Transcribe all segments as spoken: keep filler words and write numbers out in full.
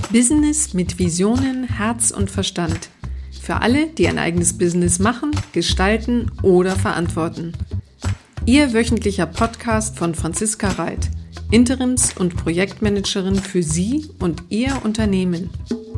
Business mit Visionen, Herz und Verstand. Für alle, die ein eigenes Business machen, gestalten oder verantworten. Ihr wöchentlicher Podcast von Franziska Reit, Interims- und Projektmanagerin für Sie und Ihr Unternehmen.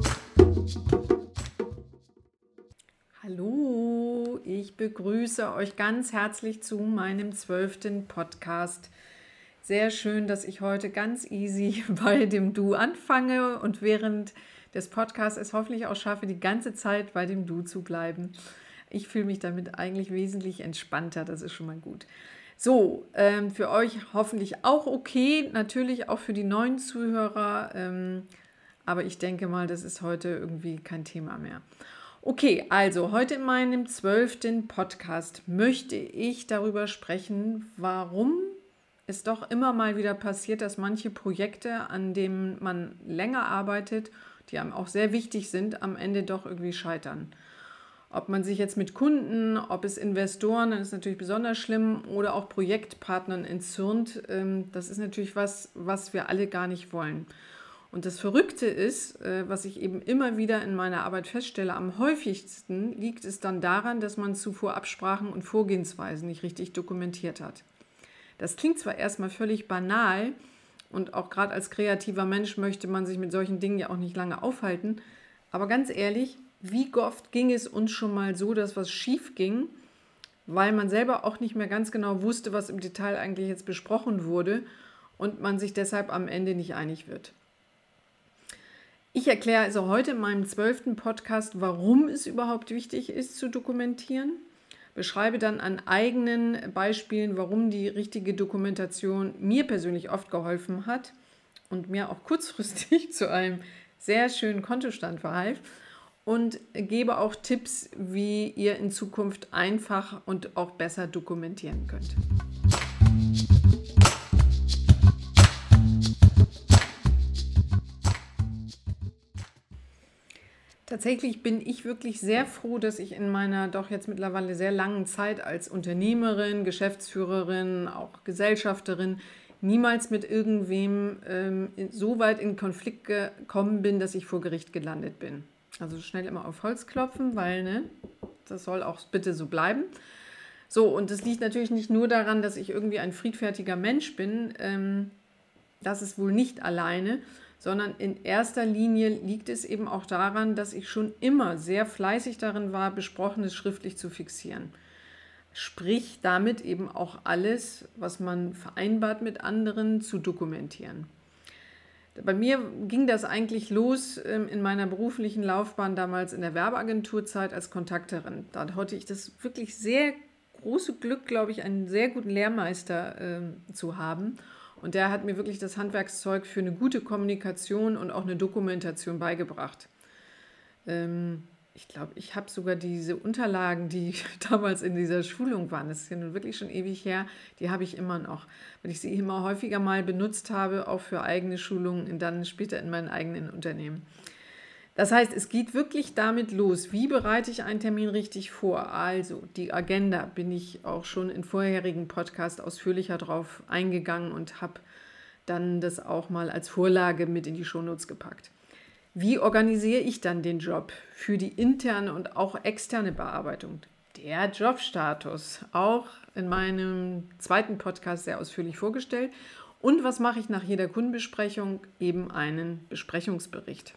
Hallo, ich begrüße euch ganz herzlich zu meinem zwölften Podcast. Sehr schön, dass ich heute ganz easy bei dem Du anfange und während des Podcasts es hoffentlich auch schaffe, die ganze Zeit bei dem Du zu bleiben. Ich fühle mich damit eigentlich wesentlich entspannter, das ist schon mal gut. So, ähm, für euch hoffentlich auch okay, natürlich auch für die neuen Zuhörer, ähm, aber ich denke mal, das ist heute irgendwie kein Thema mehr. Okay, also heute in meinem zwölften Podcast möchte ich darüber sprechen, warum es doch immer mal wieder passiert, dass manche Projekte, an denen man länger arbeitet, die einem auch sehr wichtig sind, am Ende doch irgendwie scheitern. Ob man sich jetzt mit Kunden, ob es Investoren, dann ist natürlich besonders schlimm, oder auch Projektpartnern entzürnt, das ist natürlich was, was wir alle gar nicht wollen. Und das Verrückte ist, was ich eben immer wieder in meiner Arbeit feststelle, am häufigsten liegt es dann daran, dass man zuvor Absprachen und Vorgehensweisen nicht richtig dokumentiert hat. Das klingt zwar erstmal völlig banal und auch gerade als kreativer Mensch möchte man sich mit solchen Dingen ja auch nicht lange aufhalten, aber ganz ehrlich, wie oft ging es uns schon mal so, dass was schief ging, weil man selber auch nicht mehr ganz genau wusste, was im Detail eigentlich jetzt besprochen wurde und man sich deshalb am Ende nicht einig wird. Ich erkläre also heute in meinem zwölften Podcast, warum es überhaupt wichtig ist zu dokumentieren. Beschreibe dann an eigenen Beispielen, warum die richtige Dokumentation mir persönlich oft geholfen hat und mir auch kurzfristig zu einem sehr schönen Kontostand verhalf und gebe auch Tipps, wie ihr in Zukunft einfach und auch besser dokumentieren könnt. Tatsächlich bin ich wirklich sehr froh, dass ich in meiner doch jetzt mittlerweile sehr langen Zeit als Unternehmerin, Geschäftsführerin, auch Gesellschafterin niemals mit irgendwem ähm, so weit in Konflikt gekommen bin, dass ich vor Gericht gelandet bin. Also schnell immer auf Holz klopfen, weil ne, das soll auch bitte so bleiben. So, und das liegt natürlich nicht nur daran, dass ich irgendwie ein friedfertiger Mensch bin, ähm, das ist wohl nicht alleine, sondern in erster Linie liegt es eben auch daran, dass ich schon immer sehr fleißig darin war, Besprochenes schriftlich zu fixieren. Sprich, damit eben auch alles, was man vereinbart mit anderen, zu dokumentieren. Bei mir ging das eigentlich los in meiner beruflichen Laufbahn damals in der Werbeagenturzeit als Kontakterin. Da hatte ich das wirklich sehr große Glück, glaube ich, einen sehr guten Lehrmeister äh, zu haben. Und der hat mir wirklich das Handwerkszeug für eine gute Kommunikation und auch eine Dokumentation beigebracht. Ähm, ich glaube, ich habe sogar diese Unterlagen, die damals in dieser Schulung waren, das ist ja nun wirklich schon ewig her, die habe ich immer noch, weil ich sie immer häufiger mal benutzt habe, auch für eigene Schulungen und dann später in meinen eigenen Unternehmen. Das heißt, es geht wirklich damit los, wie bereite ich einen Termin richtig vor? Also die Agenda, bin ich auch schon in vorherigen Podcasts ausführlicher drauf eingegangen und habe dann das auch mal als Vorlage mit in die Shownotes gepackt. Wie organisiere ich dann den Job für die interne und auch externe Bearbeitung? Der Jobstatus, auch in meinem zweiten Podcast sehr ausführlich vorgestellt. Und was mache ich nach jeder Kundenbesprechung? Eben einen Besprechungsbericht.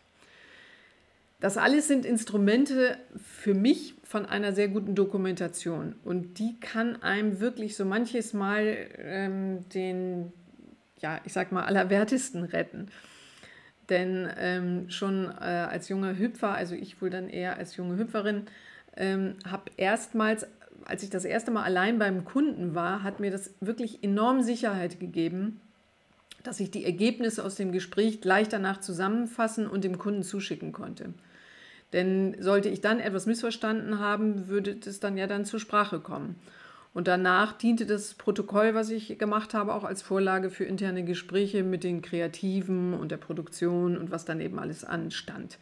Das alles sind Instrumente für mich von einer sehr guten Dokumentation und die kann einem wirklich so manches Mal ähm, den, ja, ich sag mal, Allerwertesten retten. Denn ähm, schon äh, als junger Hüpfer, also ich wohl dann eher als junge Hüpferin, ähm, habe erstmals, als ich das erste Mal allein beim Kunden war, hat mir das wirklich enorm Sicherheit gegeben, dass ich die Ergebnisse aus dem Gespräch gleich danach zusammenfassen und dem Kunden zuschicken konnte. Denn sollte ich dann etwas missverstanden haben, würde das dann ja dann zur Sprache kommen. Und danach diente das Protokoll, was ich gemacht habe, auch als Vorlage für interne Gespräche mit den Kreativen und der Produktion und was dann eben alles anstand.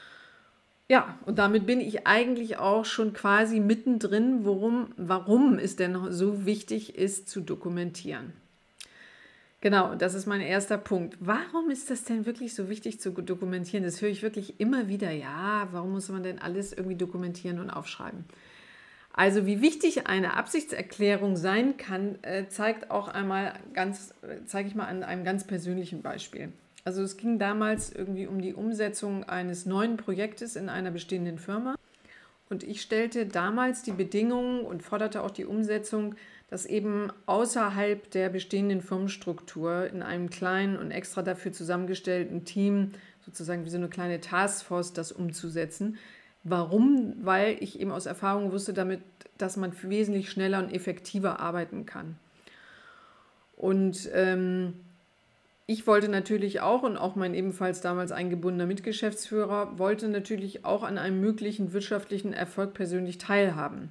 Ja, und damit bin ich eigentlich auch schon quasi mittendrin, worum, warum es denn so wichtig ist, zu dokumentieren. Genau, das ist mein erster Punkt. Warum ist das denn wirklich so wichtig zu dokumentieren? Das höre ich wirklich immer wieder. Ja, warum muss man denn alles irgendwie dokumentieren und aufschreiben? Also wie wichtig eine Absichtserklärung sein kann, äh, zeigt auch einmal ganz, äh, zeige ich mal an einem ganz persönlichen Beispiel. Also es ging damals irgendwie um die Umsetzung eines neuen Projektes in einer bestehenden Firma. Und ich stellte damals die Bedingungen und forderte auch die Umsetzung, dass eben außerhalb der bestehenden Firmenstruktur in einem kleinen und extra dafür zusammengestellten Team, sozusagen wie so eine kleine Taskforce, das umzusetzen. Warum? Weil ich eben aus Erfahrung wusste damit, dass man wesentlich schneller und effektiver arbeiten kann. Und ähm, ich wollte natürlich auch, und auch mein ebenfalls damals eingebundener Mitgeschäftsführer, wollte natürlich auch an einem möglichen wirtschaftlichen Erfolg persönlich teilhaben.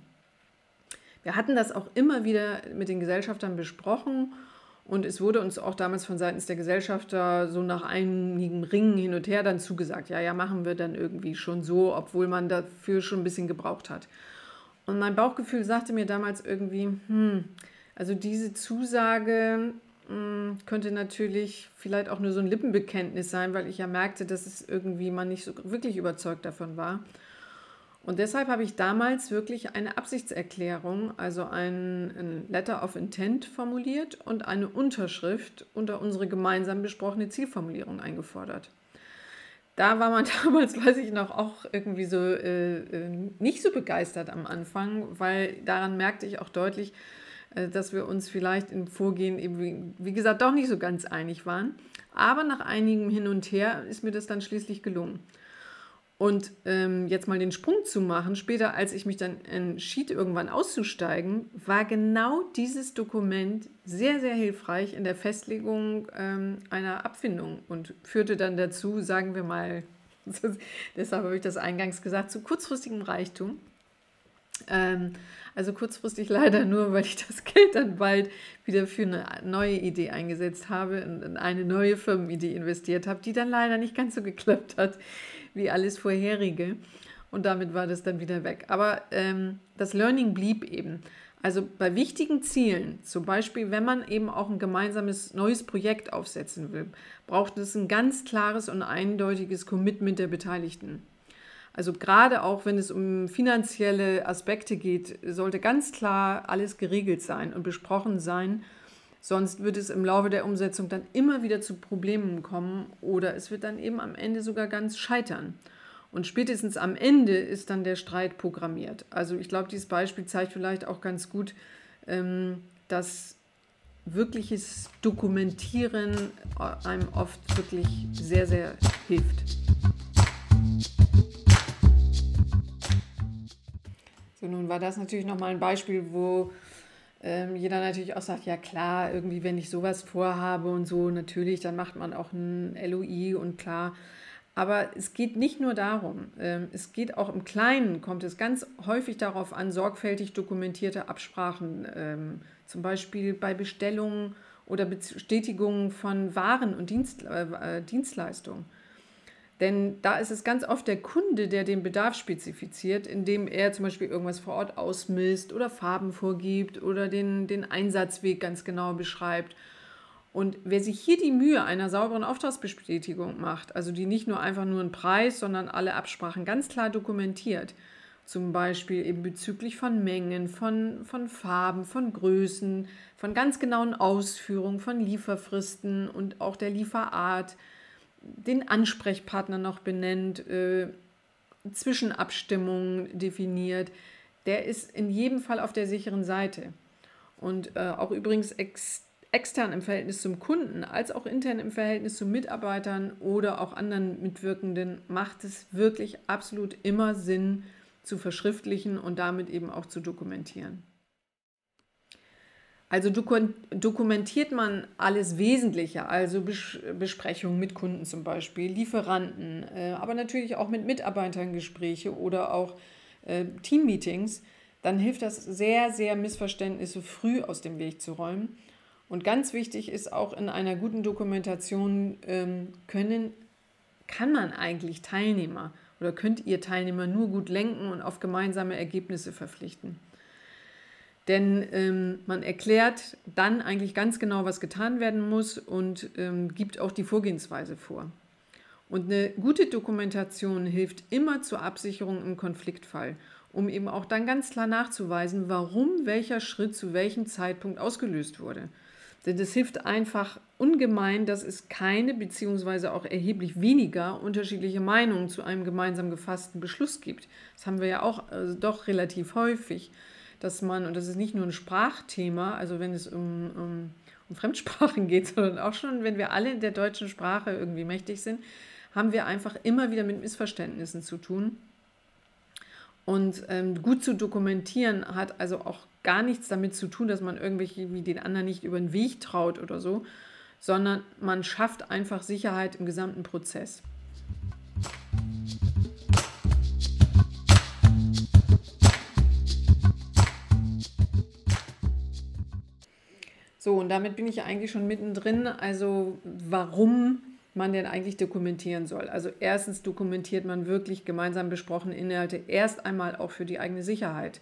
Wir hatten das auch immer wieder mit den Gesellschaftern besprochen und es wurde uns auch damals von seitens der Gesellschafter so nach einigen Ringen hin und her dann zugesagt, ja, ja, machen wir dann irgendwie schon so, obwohl man dafür schon ein bisschen gebraucht hat. Und mein Bauchgefühl sagte mir damals irgendwie, hm, also diese Zusage mh, könnte natürlich vielleicht auch nur so ein Lippenbekenntnis sein, weil ich ja merkte, dass es irgendwie man nicht so wirklich überzeugt davon war. Und deshalb habe ich damals wirklich eine Absichtserklärung, also ein, ein Letter of Intent formuliert und eine Unterschrift unter unsere gemeinsam besprochene Zielformulierung eingefordert. Da war man damals, weiß ich noch, auch irgendwie so äh, äh, nicht so begeistert am Anfang, weil daran merkte ich auch deutlich, äh, dass wir uns vielleicht im Vorgehen eben, wie, wie gesagt, doch nicht so ganz einig waren. Aber nach einigem Hin und Her ist mir das dann schließlich gelungen. Und ähm, jetzt mal den Sprung zu machen, später, als ich mich dann entschied, irgendwann auszusteigen, war genau dieses Dokument sehr, sehr hilfreich in der Festlegung ähm, einer Abfindung und führte dann dazu, sagen wir mal, deshalb habe ich das eingangs gesagt, zu kurzfristigem Reichtum. Ähm, also kurzfristig leider nur, weil ich das Geld dann bald wieder für eine neue Idee eingesetzt habe und in eine neue Firmenidee investiert habe, die dann leider nicht ganz so geklappt hat wie alles vorherige. Und damit war das dann wieder weg. Aber ähm, das Learning blieb eben. Also bei wichtigen Zielen, zum Beispiel wenn man eben auch ein gemeinsames neues Projekt aufsetzen will, braucht es ein ganz klares und eindeutiges Commitment der Beteiligten. Also gerade auch wenn es um finanzielle Aspekte geht, sollte ganz klar alles geregelt sein und besprochen sein. Sonst wird es im Laufe der Umsetzung dann immer wieder zu Problemen kommen oder es wird dann eben am Ende sogar ganz scheitern. Und spätestens am Ende ist dann der Streit programmiert. Also ich glaube, dieses Beispiel zeigt vielleicht auch ganz gut, dass wirkliches Dokumentieren einem oft wirklich sehr, sehr hilft. So, nun war das natürlich nochmal ein Beispiel, wo ähm, jeder natürlich auch sagt, ja klar, irgendwie wenn ich sowas vorhabe und so, natürlich, dann macht man auch ein L O I und klar. Aber es geht nicht nur darum, ähm, es geht auch im Kleinen, kommt es ganz häufig darauf an, sorgfältig dokumentierte Absprachen, ähm, zum Beispiel bei Bestellungen oder Bestätigungen von Waren und Dienst, äh, Dienstleistungen. Denn da ist es ganz oft der Kunde, der den Bedarf spezifiziert, indem er zum Beispiel irgendwas vor Ort ausmisst oder Farben vorgibt oder den, den Einsatzweg ganz genau beschreibt. Und wer sich hier die Mühe einer sauberen Auftragsbestätigung macht, also die nicht nur einfach nur einen Preis, sondern alle Absprachen ganz klar dokumentiert, zum Beispiel eben bezüglich von Mengen, von, von Farben, von Größen, von ganz genauen Ausführungen, von Lieferfristen und auch der Lieferart, den Ansprechpartner noch benennt, äh, Zwischenabstimmungen definiert, der ist in jedem Fall auf der sicheren Seite. Und äh, auch übrigens ex extern im Verhältnis zum Kunden, als auch intern im Verhältnis zu Mitarbeitern oder auch anderen Mitwirkenden macht es wirklich absolut immer Sinn, zu verschriftlichen und damit eben auch zu dokumentieren. Also dokumentiert man alles Wesentliche, also Besprechungen mit Kunden zum Beispiel, Lieferanten, aber natürlich auch mit Mitarbeitern Gespräche oder auch Teammeetings, dann hilft das sehr, sehr, Missverständnisse früh aus dem Weg zu räumen. Und ganz wichtig ist auch in einer guten Dokumentation können, kann man eigentlich Teilnehmer oder könnt ihr Teilnehmer nur gut lenken und auf gemeinsame Ergebnisse verpflichten. Denn ähm, man erklärt dann eigentlich ganz genau, was getan werden muss und ähm, gibt auch die Vorgehensweise vor. Und eine gute Dokumentation hilft immer zur Absicherung im Konfliktfall, um eben auch dann ganz klar nachzuweisen, warum welcher Schritt zu welchem Zeitpunkt ausgelöst wurde. Denn das hilft einfach ungemein, dass es keine bzw. auch erheblich weniger unterschiedliche Meinungen zu einem gemeinsam gefassten Beschluss gibt. Das haben wir ja auch also doch relativ häufig, dass man, und das ist nicht nur ein Sprachthema, also wenn es um, um, um Fremdsprachen geht, sondern auch schon, wenn wir alle in der deutschen Sprache irgendwie mächtig sind, haben wir einfach immer wieder mit Missverständnissen zu tun. Und ähm, gut zu dokumentieren hat also auch gar nichts damit zu tun, dass man irgendwelche wie den anderen nicht über den Weg traut oder so, sondern man schafft einfach Sicherheit im gesamten Prozess. So, und damit bin ich eigentlich schon mittendrin. Also warum man denn eigentlich dokumentieren soll. Also erstens dokumentiert man wirklich gemeinsam besprochene Inhalte erst einmal auch für die eigene Sicherheit.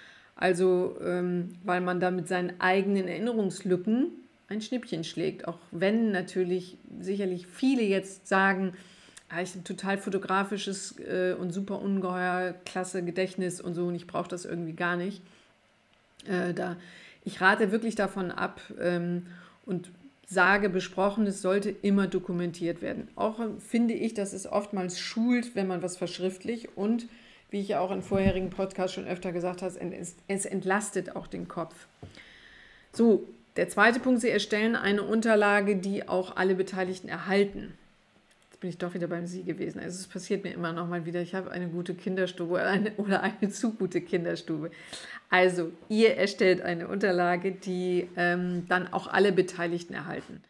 Also ähm, weil man da mit seinen eigenen Erinnerungslücken ein Schnippchen schlägt. Auch wenn natürlich sicherlich viele jetzt sagen, ah, ich habe ein total fotografisches äh, und super ungeheuer klasse Gedächtnis und so und ich brauche das irgendwie gar nicht. Äh, da, ich rate wirklich davon ab ähm, und sage, Besprochenes sollte immer dokumentiert werden. Auch finde ich, dass es oftmals schult, wenn man was verschriftlicht und, wie ich ja auch in vorherigen Podcasts schon öfter gesagt habe, es entlastet auch den Kopf. So, der zweite Punkt, Sie erstellen eine Unterlage, die auch alle Beteiligten erhalten. Jetzt bin ich doch wieder beim Sie gewesen. Also es passiert mir immer noch mal wieder, ich habe eine gute Kinderstube oder eine, oder eine zu gute Kinderstube. Also, ihr erstellt eine Unterlage, die ähm, dann auch alle Beteiligten erhalten.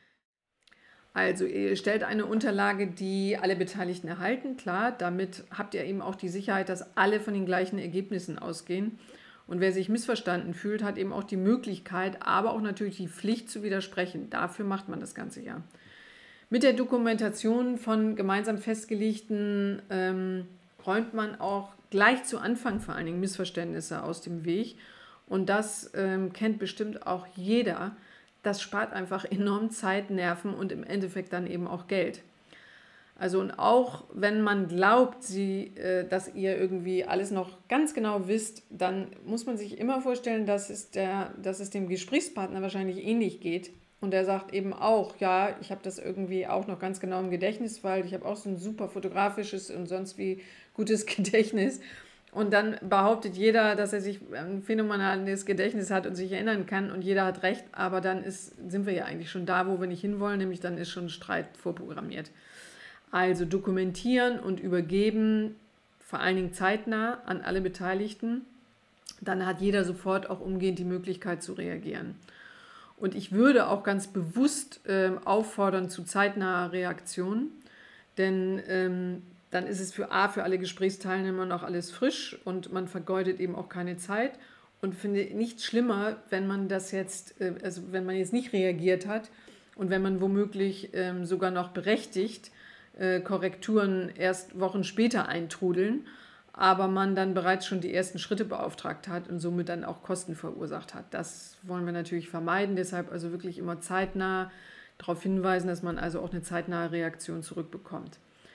Also, ihr stellt eine Unterlage, die alle Beteiligten erhalten, klar, damit habt ihr eben auch die Sicherheit, dass alle von den gleichen Ergebnissen ausgehen. Und wer sich missverstanden fühlt, hat eben auch die Möglichkeit, aber auch natürlich die Pflicht zu widersprechen. Dafür macht man das Ganze ja. Mit der Dokumentation von gemeinsam festgelegten ähm, räumt man auch gleich zu Anfang vor allen Dingen Missverständnisse aus dem Weg. Und das ähm, kennt bestimmt auch jeder. Das spart einfach enorm Zeit, Nerven und im Endeffekt dann eben auch Geld. Also und auch wenn man glaubt, sie, äh, dass ihr irgendwie alles noch ganz genau wisst, dann muss man sich immer vorstellen, dass es, der, dass es dem Gesprächspartner wahrscheinlich ähnlich geht. Und der sagt eben auch, ja, ich habe das irgendwie auch noch ganz genau im Gedächtnis, weil ich habe auch so ein super fotografisches und sonst wie gutes Gedächtnis. Und dann behauptet jeder, dass er sich ein phänomenales Gedächtnis hat und sich erinnern kann und jeder hat recht, aber dann ist, sind wir ja eigentlich schon da, wo wir nicht hinwollen, nämlich dann ist schon ein Streit vorprogrammiert. Also dokumentieren und übergeben, vor allen Dingen zeitnah an alle Beteiligten, dann hat jeder sofort auch umgehend die Möglichkeit zu reagieren. Und ich würde auch ganz bewusst äh, auffordern zu zeitnaher Reaktion, denn ähm, dann ist es für A, für alle Gesprächsteilnehmer noch alles frisch und man vergeudet eben auch keine Zeit und finde nichts schlimmer, wenn man das jetzt, äh, also wenn man jetzt nicht reagiert hat und wenn man womöglich ähm, sogar noch berechtigt, äh, Korrekturen erst Wochen später eintrudeln, aber man dann bereits schon die ersten Schritte beauftragt hat und somit dann auch Kosten verursacht hat. Das wollen wir natürlich vermeiden, deshalb also wirklich immer zeitnah darauf hinweisen, dass man also auch eine zeitnahe Reaktion zurückbekommt.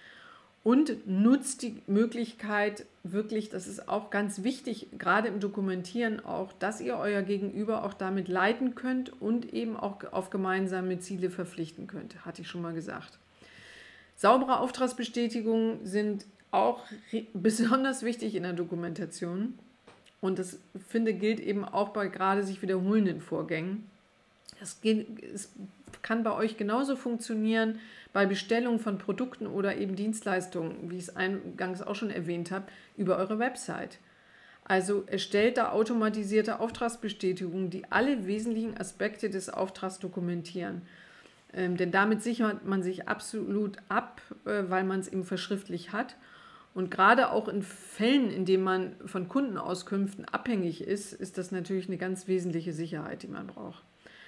Und nutzt die Möglichkeit wirklich, das ist auch ganz wichtig, gerade im Dokumentieren auch, dass ihr euer Gegenüber auch damit leiten könnt und eben auch auf gemeinsame Ziele verpflichten könnt, hatte ich schon mal gesagt. Saubere Auftragsbestätigungen sind auch besonders wichtig in der Dokumentation und das, finde, gilt eben auch bei gerade sich wiederholenden Vorgängen. Das geht, es kann bei euch genauso funktionieren bei Bestellung von Produkten oder eben Dienstleistungen, wie ich es eingangs auch schon erwähnt habe, über eure Website. Also erstellt da automatisierte Auftragsbestätigungen, die alle wesentlichen Aspekte des Auftrags dokumentieren. Ähm, denn damit sichert man sich absolut ab, äh, weil man es eben verschriftlich hat. Und gerade auch in Fällen, in denen man von Kundenauskünften abhängig ist, ist das natürlich eine ganz wesentliche Sicherheit, die man braucht.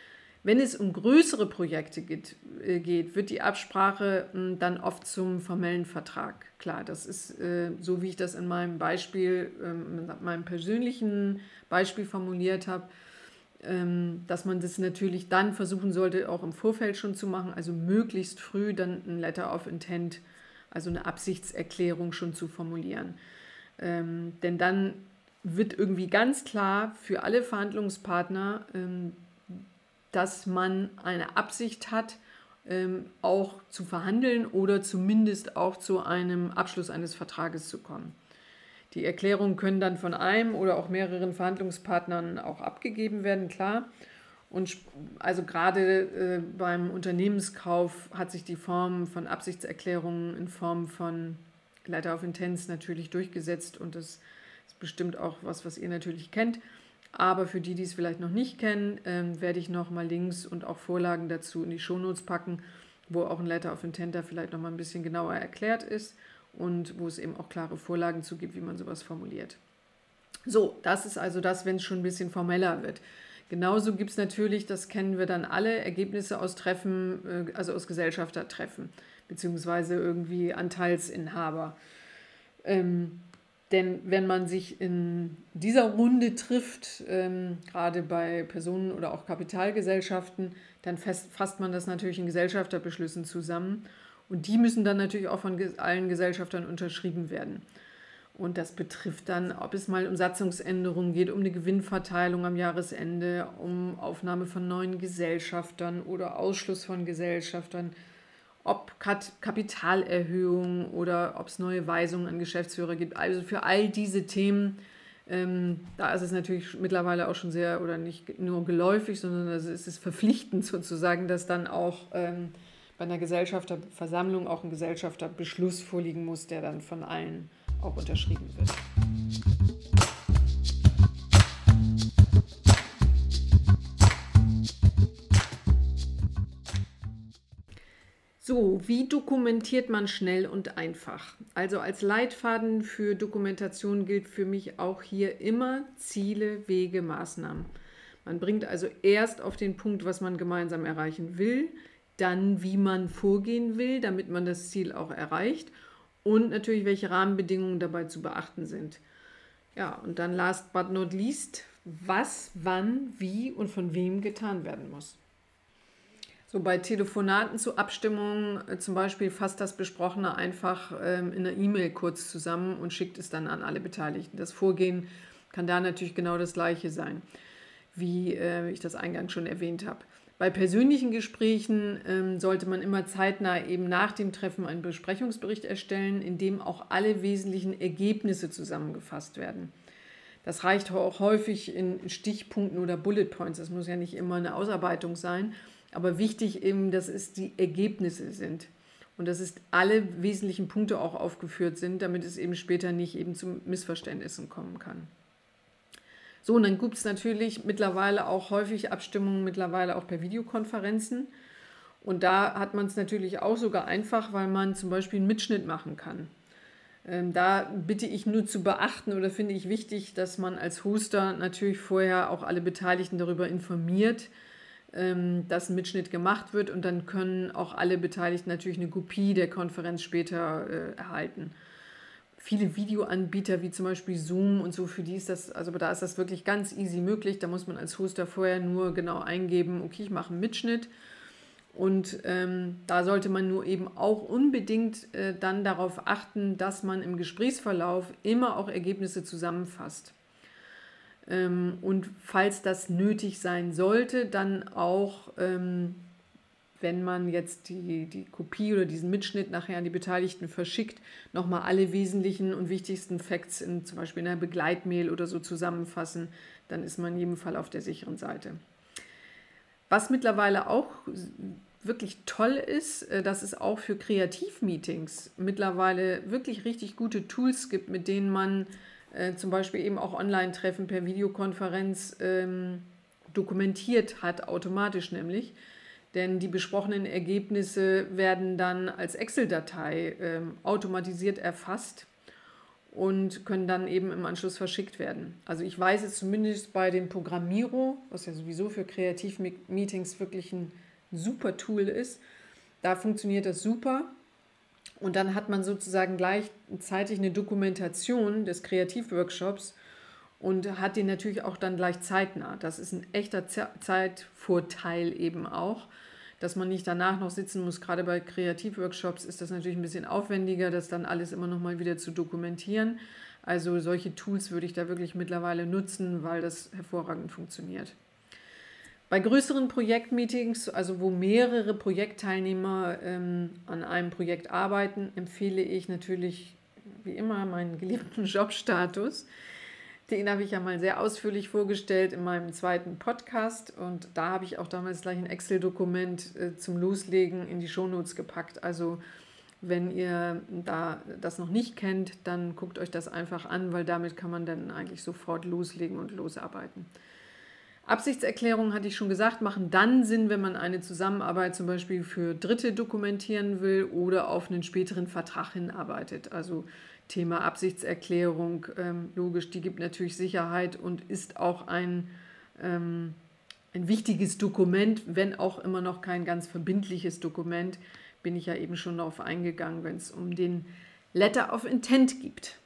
Wenn es um größere Projekte geht, äh, geht wird die Absprache mh, dann oft zum formellen Vertrag. Klar, das ist äh, so, wie ich das in meinem Beispiel, ähm, in meinem persönlichen Beispiel formuliert habe, ähm, dass man das natürlich dann versuchen sollte, auch im Vorfeld schon zu machen, also möglichst früh dann ein Letter of Intent, also eine Absichtserklärung schon zu formulieren. Ähm, denn dann wird irgendwie ganz klar für alle Verhandlungspartner, ähm, dass man eine Absicht hat, ähm, auch zu verhandeln oder zumindest auch zu einem Abschluss eines Vertrages zu kommen. Die Erklärungen können dann von einem oder auch mehreren Verhandlungspartnern auch abgegeben werden, klar. Und also gerade äh, beim Unternehmenskauf hat sich die Form von Absichtserklärungen in Form von Letter of Intents natürlich durchgesetzt und das ist bestimmt auch was, was ihr natürlich kennt. Aber für die, die es vielleicht noch nicht kennen, ähm, werde ich nochmal Links und auch Vorlagen dazu in die Shownotes packen, wo auch ein Letter of Intent da vielleicht nochmal ein bisschen genauer erklärt ist und wo es eben auch klare Vorlagen zu gibt, wie man sowas formuliert. So, das ist also das, wenn es schon ein bisschen formeller wird. Genauso gibt es natürlich, das kennen wir dann alle, Ergebnisse aus Treffen, also aus Gesellschaftertreffen, beziehungsweise irgendwie Anteilsinhaber. Ähm, denn wenn man sich in dieser Runde trifft, ähm, gerade bei Personen- oder auch Kapitalgesellschaften, dann fest, fasst man das natürlich in Gesellschafterbeschlüssen zusammen. Und die müssen dann natürlich auch von allen Gesellschaftern unterschrieben werden. Und das betrifft dann, ob es mal um Satzungsänderungen geht, um eine Gewinnverteilung am Jahresende, um Aufnahme von neuen Gesellschaftern oder Ausschluss von Gesellschaftern, ob Kapitalerhöhung oder ob es neue Weisungen an Geschäftsführer gibt. Also für all diese Themen, ähm, da ist es natürlich mittlerweile auch schon sehr, oder nicht nur geläufig, sondern also es ist verpflichtend sozusagen, dass dann auch ähm, bei einer Gesellschafterversammlung auch ein Gesellschafterbeschluss vorliegen muss, der dann von allen auch unterschrieben wird. So, wie dokumentiert man schnell und einfach? Also als Leitfaden für Dokumentation gilt für mich auch hier immer Ziele, Wege, Maßnahmen. Man bringt also erst auf den Punkt, was man gemeinsam erreichen will, dann wie man vorgehen will, damit man das Ziel auch erreicht und natürlich welche Rahmenbedingungen dabei zu beachten sind. Ja, und dann last but not least, was, wann, wie und von wem getan werden muss. So bei Telefonaten zu Abstimmungen äh, zum Beispiel fasst das Besprochene einfach ähm, in einer E-Mail kurz zusammen und schickt es dann an alle Beteiligten. Das Vorgehen kann da natürlich genau das gleiche sein, wie äh, ich das eingangs schon erwähnt habe. Bei persönlichen Gesprächen ähm, sollte man immer zeitnah eben nach dem Treffen einen Besprechungsbericht erstellen, in dem auch alle wesentlichen Ergebnisse zusammengefasst werden. Das reicht auch häufig in Stichpunkten oder Bullet Points. Das muss ja nicht immer eine Ausarbeitung sein. Aber wichtig eben, dass es die Ergebnisse sind und dass es alle wesentlichen Punkte auch aufgeführt sind, damit es eben später nicht eben zu Missverständnissen kommen kann. So, und dann gibt es natürlich mittlerweile auch häufig Abstimmungen, mittlerweile auch per Videokonferenzen. Und da hat man es natürlich auch sogar einfach, weil man zum Beispiel einen Mitschnitt machen kann. Ähm, da bitte ich nur zu beachten oder finde ich wichtig, dass man als Hoster natürlich vorher auch alle Beteiligten darüber informiert, dass ein Mitschnitt gemacht wird und dann können auch alle Beteiligten natürlich eine Kopie der Konferenz später äh, erhalten. Viele Videoanbieter wie zum Beispiel Zoom und so, für die ist das, also da ist das wirklich ganz easy möglich. Da muss man als Hoster vorher nur genau eingeben, okay, ich mache einen Mitschnitt. Und ähm, da sollte man nur eben auch unbedingt äh, dann darauf achten, dass man im Gesprächsverlauf immer auch Ergebnisse zusammenfasst. Und falls das nötig sein sollte, dann auch, ähm, wenn man jetzt die, die Kopie oder diesen Mitschnitt nachher an die Beteiligten verschickt, nochmal alle wesentlichen und wichtigsten Facts in zum Beispiel in einer Begleitmail oder so zusammenfassen, dann ist man in jedem Fall auf der sicheren Seite. Was mittlerweile auch wirklich toll ist, dass es auch für Kreativmeetings mittlerweile wirklich richtig gute Tools gibt, mit denen man Äh, zum Beispiel eben auch Online-Treffen per Videokonferenz ähm, dokumentiert hat, automatisch nämlich. Denn die besprochenen Ergebnisse werden dann als Excel-Datei ähm, automatisiert erfasst und können dann eben im Anschluss verschickt werden. Also ich weiß es zumindest bei dem Programmiro, was ja sowieso für Kreativmeetings wirklich ein super Tool ist, da funktioniert das super. Und dann hat man sozusagen gleichzeitig eine Dokumentation des Kreativworkshops und hat den natürlich auch dann gleich zeitnah. Das ist ein echter Zeitvorteil eben auch, dass man nicht danach noch sitzen muss. Gerade bei Kreativworkshops ist das natürlich ein bisschen aufwendiger, das dann alles immer noch mal wieder zu dokumentieren. Also solche Tools würde ich da wirklich mittlerweile nutzen, weil das hervorragend funktioniert. Bei größeren Projektmeetings, also wo mehrere Projektteilnehmer ähm, an einem Projekt arbeiten, empfehle ich natürlich wie immer meinen geliebten Jobstatus. Den habe ich ja mal sehr ausführlich vorgestellt in meinem zweiten Podcast und da habe ich auch damals gleich ein Excel-Dokument äh, zum Loslegen in die Shownotes gepackt. Also wenn ihr da das noch nicht kennt, dann guckt euch das einfach an, weil damit kann man dann eigentlich sofort loslegen und losarbeiten. Absichtserklärungen, hatte ich schon gesagt, machen dann Sinn, wenn man eine Zusammenarbeit zum Beispiel für Dritte dokumentieren will oder auf einen späteren Vertrag hinarbeitet. Also Thema Absichtserklärung, ähm, logisch, die gibt natürlich Sicherheit und ist auch ein, ähm, ein wichtiges Dokument, wenn auch immer noch kein ganz verbindliches Dokument, bin ich ja eben schon darauf eingegangen, wenn es um den Letter of Intent geht.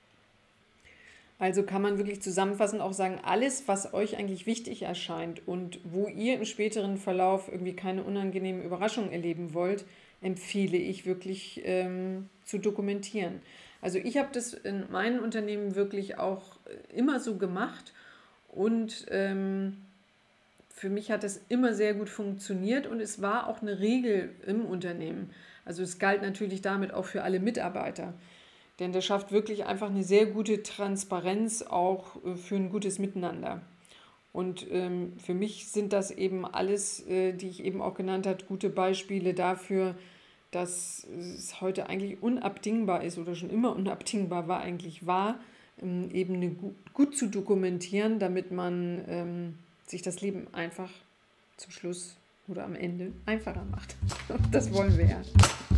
Also kann man wirklich zusammenfassend auch sagen, alles, was euch eigentlich wichtig erscheint und wo ihr im späteren Verlauf irgendwie keine unangenehmen Überraschungen erleben wollt, empfehle ich wirklich ähm, zu dokumentieren. Also ich habe das in meinen Unternehmen wirklich auch immer so gemacht und ähm, für mich hat das immer sehr gut funktioniert und es war auch eine Regel im Unternehmen. Also es galt natürlich damit auch für alle Mitarbeiter. Denn das schafft wirklich einfach eine sehr gute Transparenz auch für ein gutes Miteinander. Und ähm, für mich sind das eben alles, äh, die ich eben auch genannt habe, gute Beispiele dafür, dass es heute eigentlich unabdingbar ist oder schon immer unabdingbar war, eigentlich war, ähm, eben eine, gut zu dokumentieren, damit man ähm, sich das Leben einfach zum Schluss oder am Ende einfacher macht. Das wollen wir ja.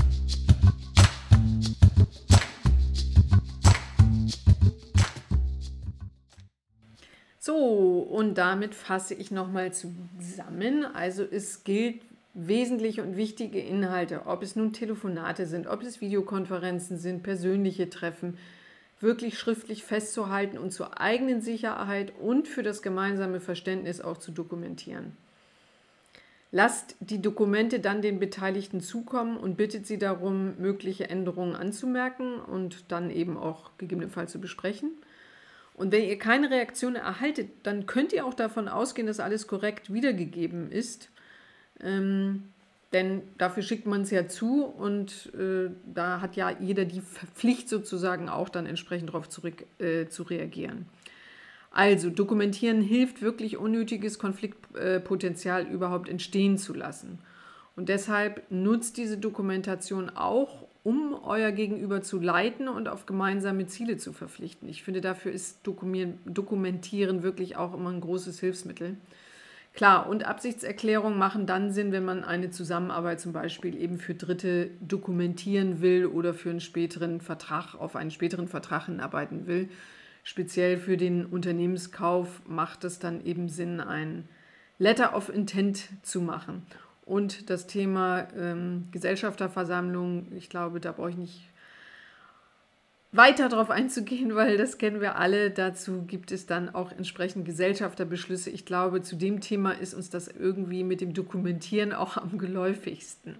So, und damit fasse ich nochmal zusammen. Also es gilt, wesentliche und wichtige Inhalte, ob es nun Telefonate sind, ob es Videokonferenzen sind, persönliche Treffen, wirklich schriftlich festzuhalten und zur eigenen Sicherheit und für das gemeinsame Verständnis auch zu dokumentieren. Lasst die Dokumente dann den Beteiligten zukommen und bittet sie darum, mögliche Änderungen anzumerken und dann eben auch gegebenenfalls zu besprechen. Und wenn ihr keine Reaktion erhaltet, dann könnt ihr auch davon ausgehen, dass alles korrekt wiedergegeben ist. Ähm, denn dafür schickt man es ja zu und äh, da hat ja jeder die Pflicht sozusagen auch dann entsprechend darauf zurück äh, zu reagieren. Also dokumentieren hilft wirklich, unnötiges Konfliktpotenzial äh, überhaupt entstehen zu lassen. Und deshalb nutzt diese Dokumentation auch, um euer Gegenüber zu leiten und auf gemeinsame Ziele zu verpflichten. Ich finde, dafür ist Dokumentieren wirklich auch immer ein großes Hilfsmittel. Klar, und Absichtserklärungen machen dann Sinn, wenn man eine Zusammenarbeit zum Beispiel eben für Dritte dokumentieren will oder für einen späteren Vertrag, auf einen späteren Vertrag hinarbeiten will. Speziell für den Unternehmenskauf macht es dann eben Sinn, ein Letter of Intent zu machen. Und das Thema ähm, Gesellschafterversammlung, ich glaube, da brauche ich nicht weiter darauf einzugehen, weil das kennen wir alle. Dazu gibt es dann auch entsprechend Gesellschafterbeschlüsse. Ich glaube, zu dem Thema ist uns das irgendwie mit dem Dokumentieren auch am geläufigsten.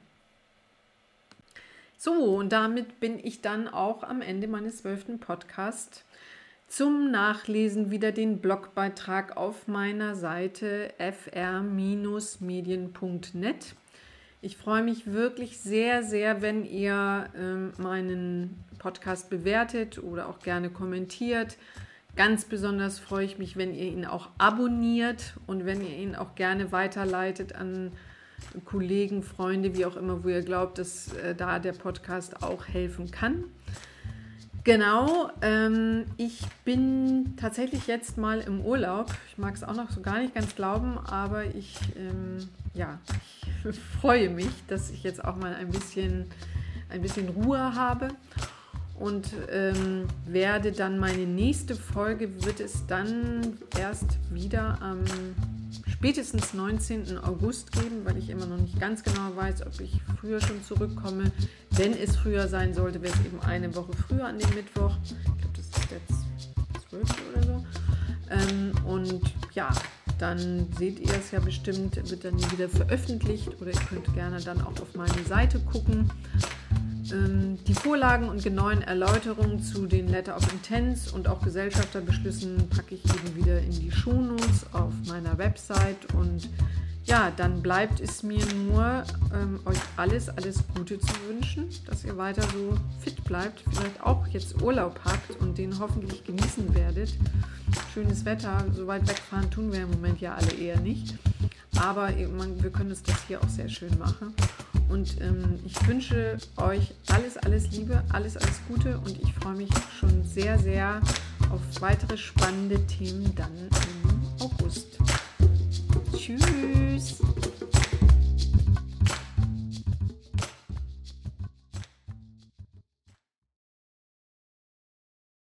So, und damit bin ich dann auch am Ende meines zwölften Podcasts. Zum Nachlesen wieder den Blogbeitrag auf meiner Seite f r Bindestrich medien punkt net. Ich freue mich wirklich sehr, sehr, wenn ihr ähm, meinen Podcast bewertet oder auch gerne kommentiert. Ganz besonders freue ich mich, wenn ihr ihn auch abonniert und wenn ihr ihn auch gerne weiterleitet an Kollegen, Freunde, wie auch immer, wo ihr glaubt, dass äh, da der Podcast auch helfen kann. Genau, ähm, ich bin tatsächlich jetzt mal im Urlaub. Ich mag es auch noch so gar nicht ganz glauben, aber ich, ähm, ja, ich freue mich, dass ich jetzt auch mal ein bisschen, ein bisschen Ruhe habe. und ähm, werde dann meine nächste Folge, wird es dann erst wieder am spätestens neunzehnten August geben, weil ich immer noch nicht ganz genau weiß, ob ich früher schon zurückkomme. Wenn es früher sein sollte, wäre es eben eine Woche früher an dem Mittwoch. Ich glaube, das ist der zwölfte oder so. Ähm, und ja, dann seht ihr es ja bestimmt, wird dann wieder veröffentlicht oder ihr könnt gerne dann auch auf meine Seite gucken. Ähm, die Vorlagen und genauen Erläuterungen zu den Letter of Intents und auch Gesellschafterbeschlüssen packe ich eben wieder in die Shownotes auf meiner Website. Und ja, dann bleibt es mir nur, ähm, euch alles, alles Gute zu wünschen, dass ihr weiter so fit bleibt, vielleicht auch jetzt Urlaub habt und den hoffentlich genießen werdet. Schönes Wetter, so weit wegfahren tun wir im Moment ja alle eher nicht, aber man, wir können es das hier auch sehr schön machen. Und ähm, ich wünsche euch alles, alles Liebe, alles, alles Gute und ich freue mich schon sehr, sehr auf weitere spannende Themen dann im August. Tschüss!